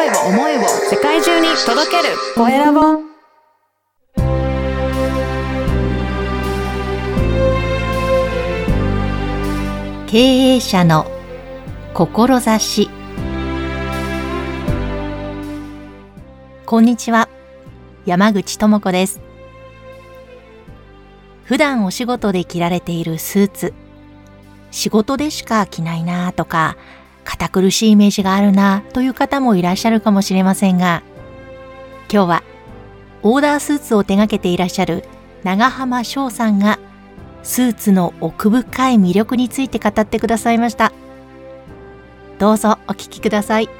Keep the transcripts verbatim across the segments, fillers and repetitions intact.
声を思いを世界中に届けるコエラボ。 経営者の志。こんにちは、山口智子です。普段お仕事で着られているスーツ、仕事でしか着ないなとか、堅苦しいイメージがあるなという方もいらっしゃるかもしれませんが、今日はオーダースーツを手掛けていらっしゃる長浜翔さんがスーツの奥深い魅力について語ってくださいました。どうぞお聞きください。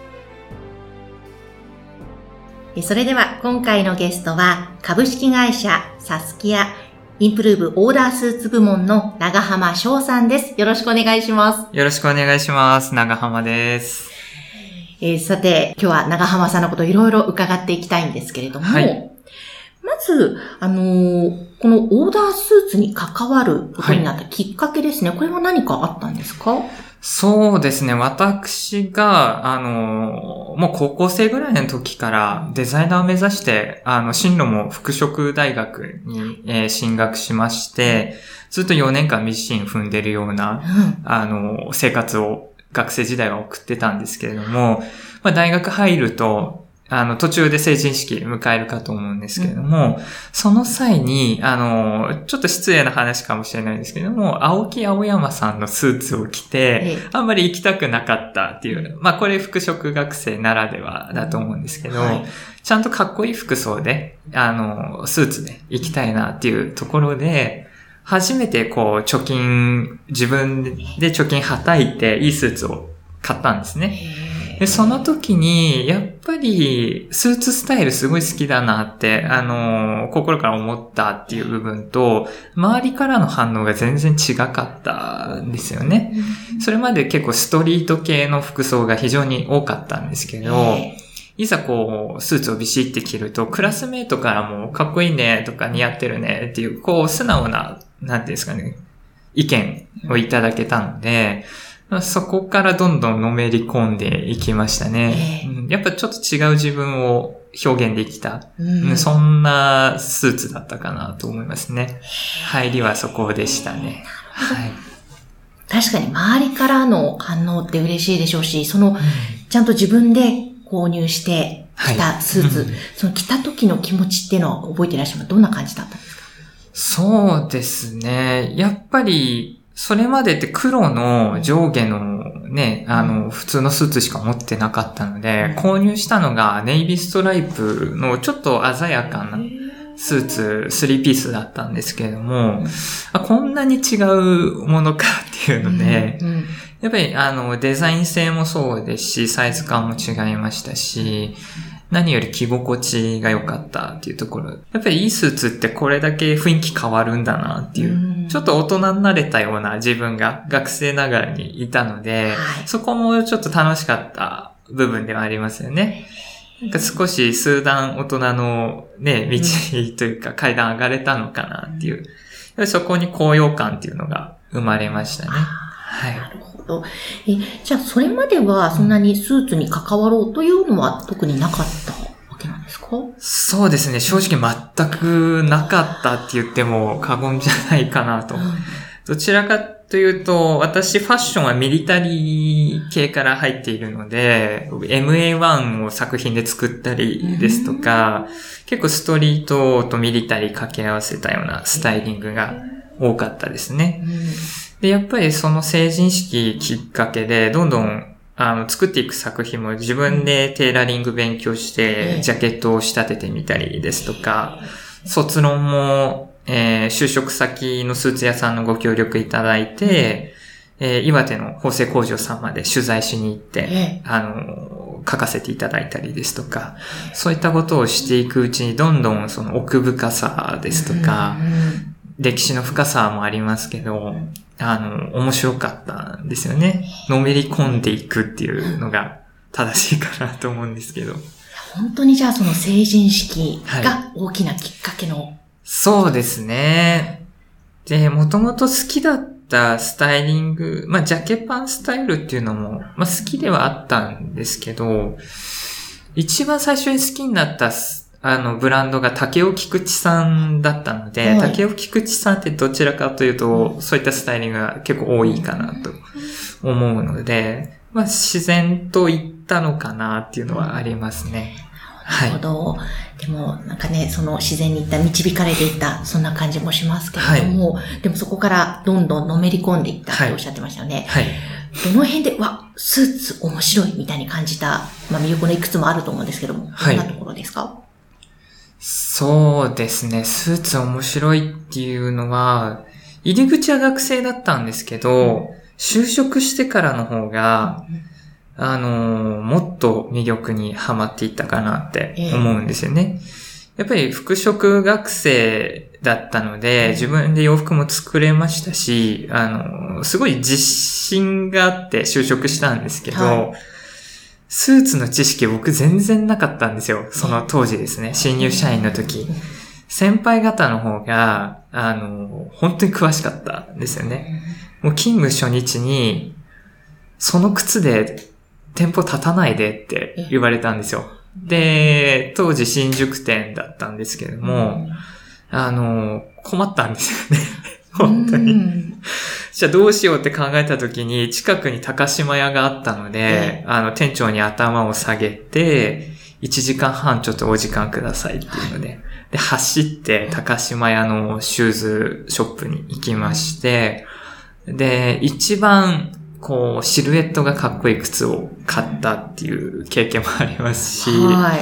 それでは今回のゲストは株式会社サスキアインプルーブオーダースーツ部門の長浜翔さんです。よろしくお願いします。 よろしくお願いします。長浜です。 えー、さて今日は長浜さんのことをいろいろ伺っていきたいんですけれども、はい、まず、あのー、このオーダースーツに関わることになったきっかけですね。はい、これは何かあったんですか？ そうですね。私が、あの、もう高校生ぐらいの時からデザイナーを目指して、あの、進路も服飾大学に、えー、進学しまして、ずっとよねんかんミシン踏んでるような、うん、あの、生活を学生時代は送ってたんですけれども、まあ、大学入ると、あの、途中で成人式迎えるかと思うんですけれども、うん、その際に、あの、ちょっと失礼な話かもしれないんですけれども、青木青山さんのスーツを着て、あんまり行きたくなかったっていう、まあこれ服飾学生ならではだと思うんですけど、はい、ちゃんとかっこいい服装で、あの、スーツで行きたいなっていうところで、初めてこう貯金、自分で貯金はたいていいスーツを買ったんですね。で、その時に、やっぱり、スーツスタイルすごい好きだなって、あの、心から思ったっていう部分と、周りからの反応が全然違かったんですよね。それまで結構ストリート系の服装が非常に多かったんですけど、いざこう、スーツをビシッて着ると、クラスメイトからもかっこいいねとか似合ってるねっていう、こう、素直な、なんていうんですかね、意見をいただけたので、そこからどんどんのめり込んでいきましたね。えー、やっぱちょっと違う自分を表現できた、うん、そんなスーツだったかなと思いますね。入りはそこでしたね。はい。 確かに周りからの反応って嬉しいでしょうし、その、うん、ちゃんと自分で購入して着たスーツ、はいうん、その着た時の気持ちっていうのは覚えていらっしゃいます？どんな感じだったんですか？ そうですね。やっぱり、それまでって黒の上下のね、あの、普通のスーツしか持ってなかったので、購入したのがネイビーストライプのちょっと鮮やかなスーツ、スリーピースだったんですけれども、あ、こんなに違うものかっていうので、やっぱりあの、デザイン性もそうですし、サイズ感も違いましたし、何より着心地が良かったっていうところ。やっぱりいいスーツってこれだけ雰囲気変わるんだなっていう。ちょっと大人になれたような自分が学生ながらにいたので、はい、そこもちょっと楽しかった部分ではありますよね。なんか少し数段大人のね、道というか階段上がれたのかなっていう。うん、そこに高揚感っていうのが生まれましたね。はい。 なるほど。え、じゃあそれまではそんなにスーツに関わろうというのは特になかったわけなんですか？ そうですね。正直全くなかったって言っても過言じゃないかなと。うん、どちらかというと、私ファッションはミリタリー系から入っているので、エムエーワン を作品で作ったりですとか、結構ストリートとミリタリー掛け合わせたようなスタイリングが多かったですね。で、やっぱりその成人式きっかけで、どんどんあの、作っていく作品も自分でテーラリング勉強して、ジャケットを仕立ててみたりですとか、卒論も、えー、就職先のスーツ屋さんのご協力いただいて、えー、岩手の縫製工場さんまで取材しに行って、あの、書かせていただいたりですとか、そういったことをしていくうちにどんどんその奥深さですとか、歴史の深さもありますけど、あの、面白かったんですよね。のめり込んでいくっていうのが正しいかなと思うんですけど。 本当にじゃあその成人式が大きなきっかけの、はい、 そうですね。で、もともと好きだっったスタイリング、まあ、ジャケパンスタイルっていうのも、まあ、好きではあったんですけど、一番最初に好きになった、あの、ブランドが竹尾菊池さんだったので、はい、竹尾菊池さんってどちらかというと、そういったスタイリングが結構多いかなと思うので、まあ、自然といったのかなっていうのはありますね。 なるほど。はい、でも、なんかね、その自然にいった、導かれていった、そんな感じもしますけれども、はい、でもそこからどんどんのめり込んでいったっておっしゃってましたよね。はい。はい、どの辺で、わ、スーツ面白いみたいに感じた、まあ魅力のいくつもあると思うんですけども、どんなところですか？はい、 そうですね。スーツ面白いっていうのは、入り口は学生だったんですけど、うん、就職してからの方が、うん、あのー、もっと魅力にはまっていったかなって思うんですよね。えー、やっぱり服飾学生だったので、自分で洋服も作れましたし、あのー、すごい自信があって就職したんですけど、はい、スーツの知識僕全然なかったんですよ。その当時ですね。新入社員の時。先輩方の方が、あの、本当に詳しかったんですよね。もう勤務初日に、その靴で店舗立たないでって言われたんですよ。で、当時新宿店だったんですけども、あの、困ったんですよね。本当に。じゃあどうしようって考えたときに、近くに高島屋があったので、あの、店長に頭を下げて、いちじかんはんちょっとお時間くださいっていうので、で、走って高島屋のシューズショップに行きまして、で、一番、こう、シルエットがかっこいい靴を買ったっていう経験もありますし、はい、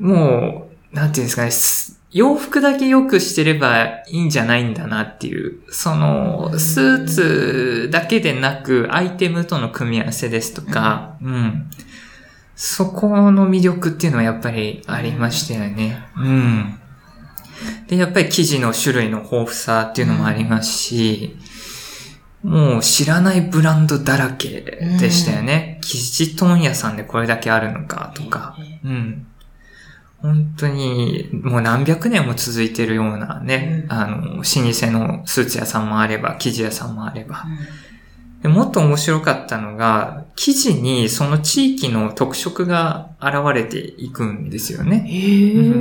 もう、なんていうんですかね、洋服だけ良くしてればいいんじゃないんだなっていう、その、スーツだけでなく、アイテムとの組み合わせですとか、うん。そこの魅力っていうのはやっぱりありましたよね。うん。で、やっぱり生地の種類の豊富さっていうのもありますし、もう知らないブランドだらけでしたよね。生地問屋さんでこれだけあるのかとか、うん。本当に、もう何百年も続いてるようなね、うん、あの、老舗のスーツ屋さんもあれば、生地屋さんもあれば。うん、でもっと面白かったのが、生地にその地域の特色が現れていくんですよね。 へー。うん、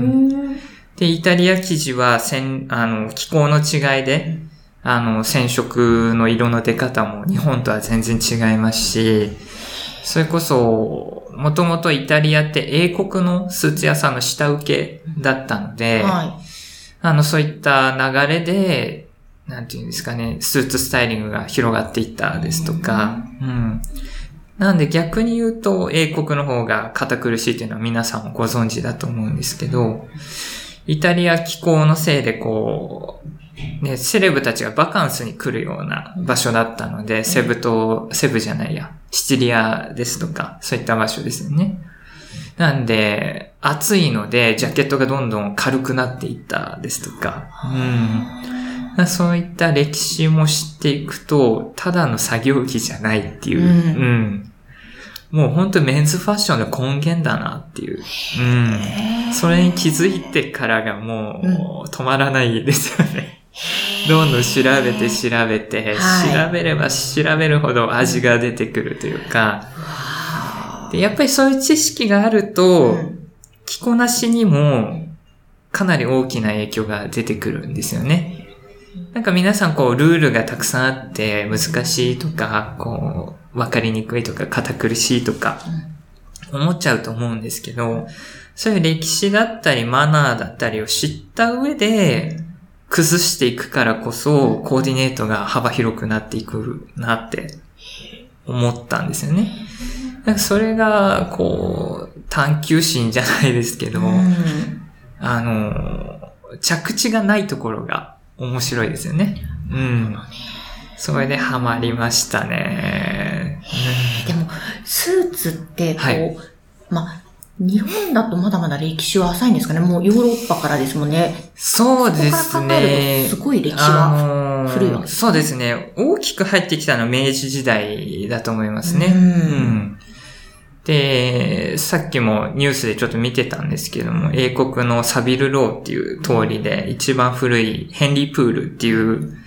で、イタリア生地は、せん、あの、気候の違いで、あの、染色の色の出方も日本とは全然違いますし、それこそ、もともとイタリアって英国のスーツ屋さんの下請けだったので、はい、あの、そういった流れで、なんていうんですかね、スーツスタイリングが広がっていったですとか、うん、うん。なんで逆に言うと、英国の方が堅苦しいというのは皆さんもご存知だと思うんですけど、イタリア気候のせいでこう、ね、セレブたちがバカンスに来るような場所だったので、セブ島、セブじゃないや、シチリアですとか、そういった場所ですよね。なんで、暑いので、ジャケットがどんどん軽くなっていったですとか、うん。そういった歴史も知っていくと、ただの作業着じゃないっていう、うん。うん、もう本当にメンズファッションの根源だなっていう。うん。それに気づいてからがもう止まらないですよね。どんどん調べて調べて、はい、調べれば調べるほど味が出てくるというか、でやっぱりそういう知識があると、うん、着こなしにもかなり大きな影響が出てくるんですよね。なんか皆さんこうルールがたくさんあって難しいとか、こうわかりにくいとか堅苦しいとか思っちゃうと思うんですけど、そういう歴史だったりマナーだったりを知った上で崩していくからこそコーディネートが幅広くなっていくなって思ったんですよね。なんかそれがこう探求心じゃないですけど、うん、あの着地がないところが面白いですよね。うん。それでハマりましたね。 うん、でもスーツってこう、はい、まあ日本だとまだまだ歴史は浅いんですかね。もうヨーロッパからですもんね。 そうですね。そこから考えるとすごい歴史は古いわけですね。 そうですね。大きく入ってきたのは明治時代だと思いますね。うん、うん。で、さっきもニュースでちょっと見てたんですけども、英国のサビルローっていう通りで一番古いヘンリープールっていう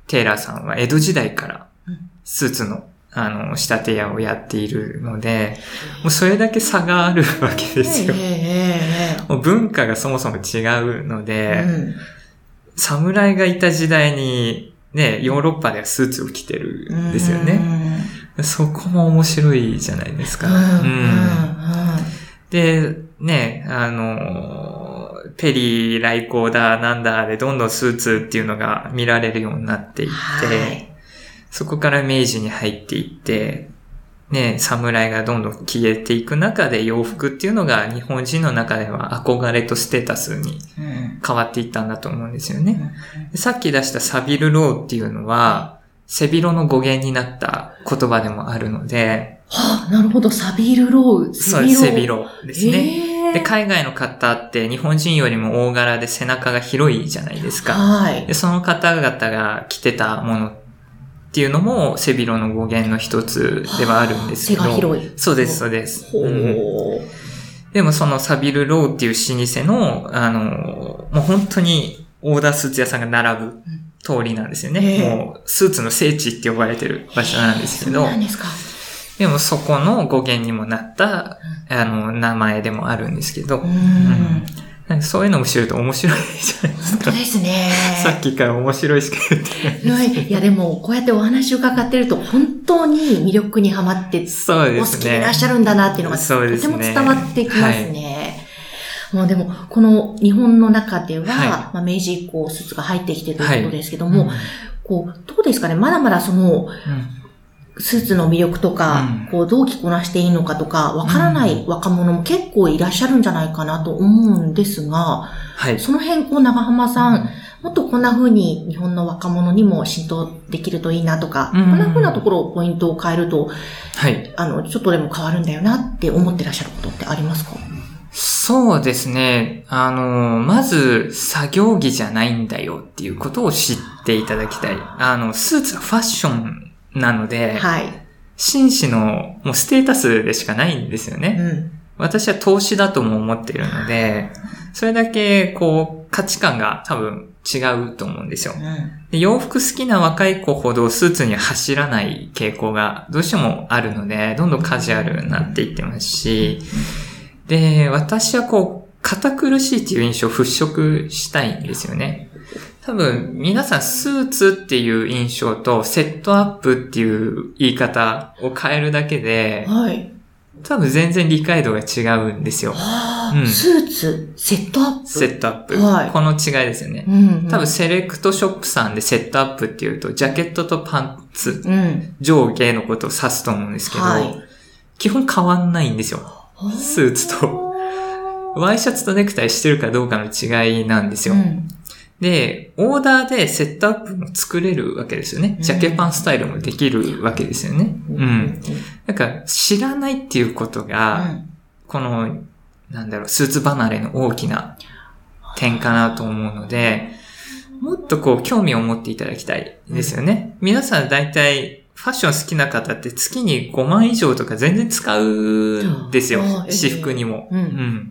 テーラーさんは江戸時代からスーツの、あの、仕立て屋をやっているので、もうそれだけ差があるわけですよ。もう文化がそもそも違うので、うん、侍がいた時代に、ね、ヨーロッパではスーツを着てるんですよね。そこも面白いじゃないですか。うんうん、で、ね、あの、ペリー来航だなんだでどんどんスーツっていうのが見られるようになっていって、はい、そこから明治に入っていって、ね、侍がどんどん消えていく中で洋服っていうのが日本人の中では憧れとステータスに変わっていったんだと思うんですよね。うん、さっき出したサビルローっていうのは、背広の語源になった言葉でもあるので。 はあ、なるほど、サビルロー。 そうです、背広ですね。で、海外の方って日本人よりも大柄で背中が広いじゃないですか。はい。で、その方々が着てたものっていうのも背広の語源の一つではあるんですけど。 背が広い。 そうです、そうです。うん、でもそのサビルローっていう老舗の、あの、もう本当にオーダースーツ屋さんが並ぶ通りなんですよね。もうスーツの聖地って呼ばれてる場所なんですけど。 そうなんですか。 でもそこの語源にもなった、あの、名前でもあるんですけど。うんうん、そういうのも知ると面白いじゃないですか。 本当ですね。 さっきから面白いしか言ってない。 いやでも、こうやってお話を伺ってると、本当に魅力にはまって、 そうですね。 お好きでいらっしゃるんだなっていうのが、とても伝わってきますね。もうでも、この日本の中では、はい、まあ、明治以降、スーツが入ってきてということですけども、はい、こう、どうですかね、まだまだその、うんスーツの魅力とか、うん、こう、どう着こなしていいのかとか、わからない若者も結構いらっしゃるんじゃないかなと思うんですが、はい、その辺、こう、長浜さん、うん、もっとこんな風に日本の若者にも浸透できるといいなとか、うん、こんな風なところをポイントを変えると、はい、あの、ちょっとでも変わるんだよなって思ってらっしゃることってありますか？ そうですね。あの、まず、作業着じゃないんだよっていうことを知っていただきたい。あの、スーツはファッション、なので、はい、紳士のもうステータスでしかないんですよね。うん、私は投資だとも思っているので、それだけこう価値観が多分違うと思うんですよ。うん、で洋服好きな若い子ほどスーツに走らない傾向がどうしてもあるので、どんどんカジュアルになっていってますし、で、私はこう堅苦しいっていう印象を払拭したいんですよね。多分、皆さんスーツっていう印象とセットアップっていう言い方を変えるだけで、はい、多分全然理解度が違うんですよ。 うん、スーツ、セットアップセットアップ、はい。この違いですよね、うんうん。多分セレクトショップさんでセットアップっていうと、ジャケットとパンツ、うん、上下のことを指すと思うんですけど、はい、基本変わんないんですよ。スーツと。ワイシャツとネクタイしてるかどうかの違いなんですよ。うんで、オーダーでセットアップも作れるわけですよね。ジャケパンスタイルもできるわけですよね。うん。だから知らないっていうことが、この、なんだろう、スーツ離れの大きな点かなと思うので、もっとこう興味を持っていただきたいですよね。皆さん大体ファッション好きな方って月にごまん以上とか全然使うんですよ。私服にも。うん。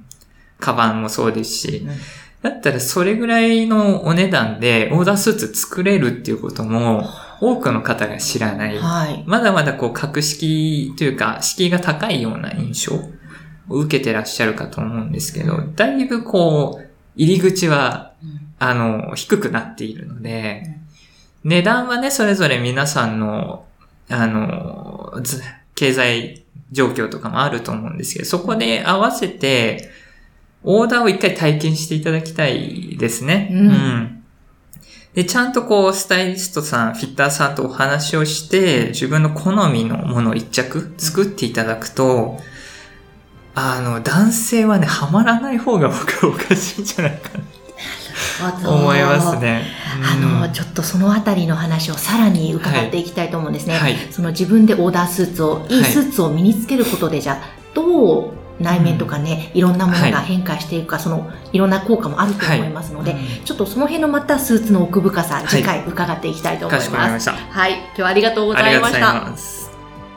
カバンもそうですし。だったらそれぐらいのお値段でオーダースーツ作れるっていうことも多くの方が知らない。はい、まだまだこう格式というか敷居が高いような印象を受けてらっしゃるかと思うんですけど、だいぶこう入り口はあの低くなっているので、値段はねそれぞれ皆さんのあの経済状況とかもあると思うんですけど、そこで合わせてオーダーを一回体験していただきたいですね。うん。うん、で、ちゃんとこう、スタイリストさん、フィッターさんとお話をして、自分の好みのものを一着作っていただくと、あの、男性はね、ハマらない方が僕はおかしいんじゃないかな。思いますね。 うん、あの、ちょっとそのあたりの話をさらに伺っていきたいと思うんですね。はい、その自分でオーダースーツを、いいスーツを身につけることで、じゃあ、どう、内面とかね、いろんなものが変化していくか、はい、そのいろんな効果もあると思いますので、はい、ちょっとその辺のまたスーツの奥深さ、次回伺っていきたいと思います。はい、かしこまりました。はい、今日はありがとうございました。ありがとうございます。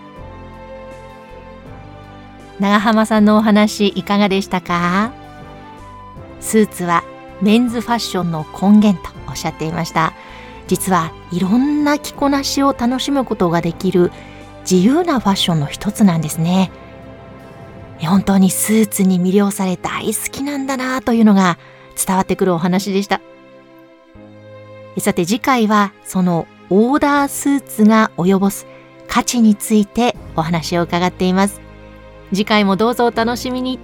長浜さんのお話いかがでしたか？スーツはメンズファッションの根源とおっしゃっていました。 実はいろんな着こなしを楽しむことができる自由なファッションの一つなんですね。本当にスーツに魅了され大好きなんだなというのが伝わってくるお話でした。さて次回はそのオーダースーツが及ぼす価値についてお話を伺っています。次回もどうぞお楽しみに。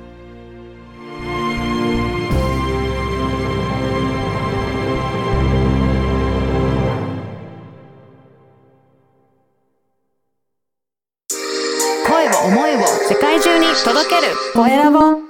声を思いを世界中に届けるコエラボ。